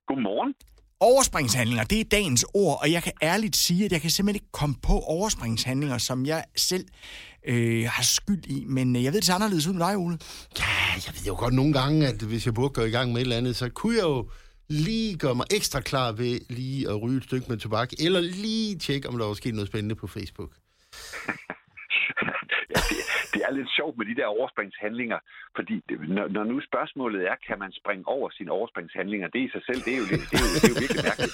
Godmorgen. Overspringshandlinger, det er dagens ord, og jeg kan ærligt sige, at jeg kan simpelthen ikke komme på overspringshandlinger, som jeg selv har skyld i. Men jeg ved, det ser anderledes ud med dig, Ole. Ja, jeg ved jo godt nogle gange, at hvis jeg burde gå i gang med et eller andet, så kunne jeg jo lige gøre mig ekstra klar ved lige at ryge et stykke med tobak, eller lige tjekke, om der var sket noget spændende på Facebook. Ja, det er lidt sjovt med de der overspringshandlinger, fordi når nu spørgsmålet er, kan man springe over sine overspringshandlinger, det i sig selv, det er jo virkelig mærkeligt.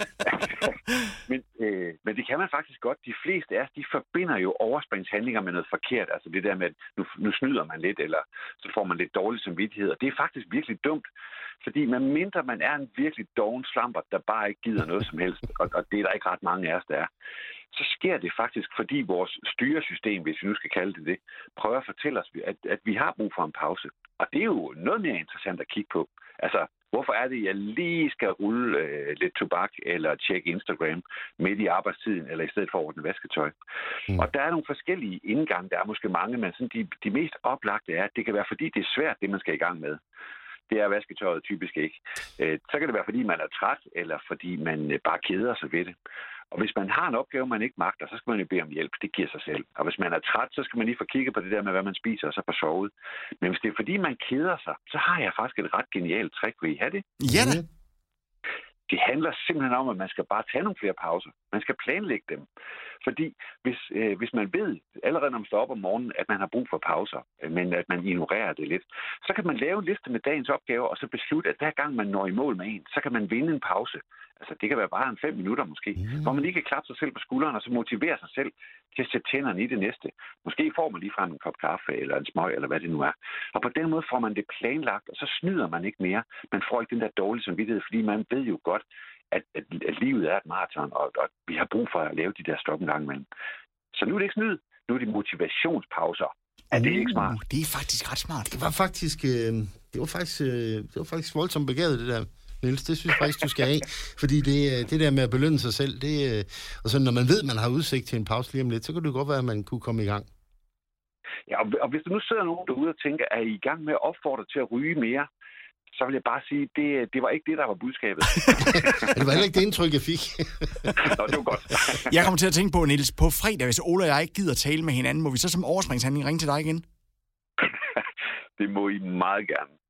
Men det kan man faktisk godt. De fleste af os, de forbinder jo overspringshandlinger med noget forkert. Altså det der med, at nu snyder man lidt, eller så får man lidt dårlig samvittighed. Og det er faktisk virkelig dumt, fordi medmindre man er en virkelig doven slamper, der bare ikke gider noget som helst, og det er der ikke ret mange af os, der er, så sker det faktisk, fordi vores styresystem, hvis vi nu skal kalde det det, prøver at fortælle os, at vi har brug for en pause. Og det er jo noget mere interessant at kigge på. Altså, hvorfor er det, at jeg lige skal rulle lidt tobak eller tjekke Instagram midt i arbejdstiden, eller i stedet for at ordne vasketøj? Og der er nogle forskellige indgange. Der er måske mange, men sådan de mest oplagte er, at det kan være, fordi det er svært, det man skal i gang med. Det er vasketøjet typisk ikke. Så kan det være, fordi man er træt, eller fordi man bare keder sig ved det. Og hvis man har en opgave, man ikke magter, så skal man jo bede om hjælp. Det giver sig selv. Og hvis man er træt, så skal man lige få kigget på det der med, hvad man spiser, og så få sovet. Men hvis det er fordi, man keder sig, så har jeg faktisk et ret genialt trick. Vil I have det? Ja da. Det handler simpelthen om, at man skal bare tage nogle flere pauser. Man skal planlægge dem. Fordi hvis man ved, allerede når man står op om morgenen, at man har brug for pauser, men at man ignorerer det lidt, så kan man lave en liste med dagens opgaver, og så beslutte, at hver gang man når i mål med en, så kan man vinde en pause. Altså det kan være bare 5 minutter måske, hvor man lige kan klappe sig selv på skulderen, og så motivere sig selv til at sætte tænderne i det næste. Måske får man ligefrem en kop kaffe, eller en smøg, eller hvad det nu er. Og på den måde får man det planlagt, og så snyder man ikke mere. Man får ikke den der dårlige samvittighed, fordi man ved jo godt, at livet er et maraton, og vi har brug for at lave de der stop en gang imellem. Så nu er det ikke snyd, nu er det motivationspauser. Er det ikke smart? Det er faktisk ret smart. Det var faktisk voldsomt begavet, det der, Niels. Det synes jeg faktisk, du skal have. Fordi det der med at belønne sig selv, og så når man ved, man har udsigt til en pause lige om lidt, så kan det godt være, at man kunne komme i gang. Ja, og hvis der nu sidder nogen derude og tænker, er I i gang med at opfordre til at ryge mere, så vil jeg bare sige, det var ikke det, der var budskabet. Det var heller ikke det indtryk, jeg fik. Nå, det var godt. Jeg kommer til at tænke på, Niels, på fredag, hvis Ole og jeg ikke gider tale med hinanden, må vi så som overspringshandling ringe til dig igen? Det må I meget gerne.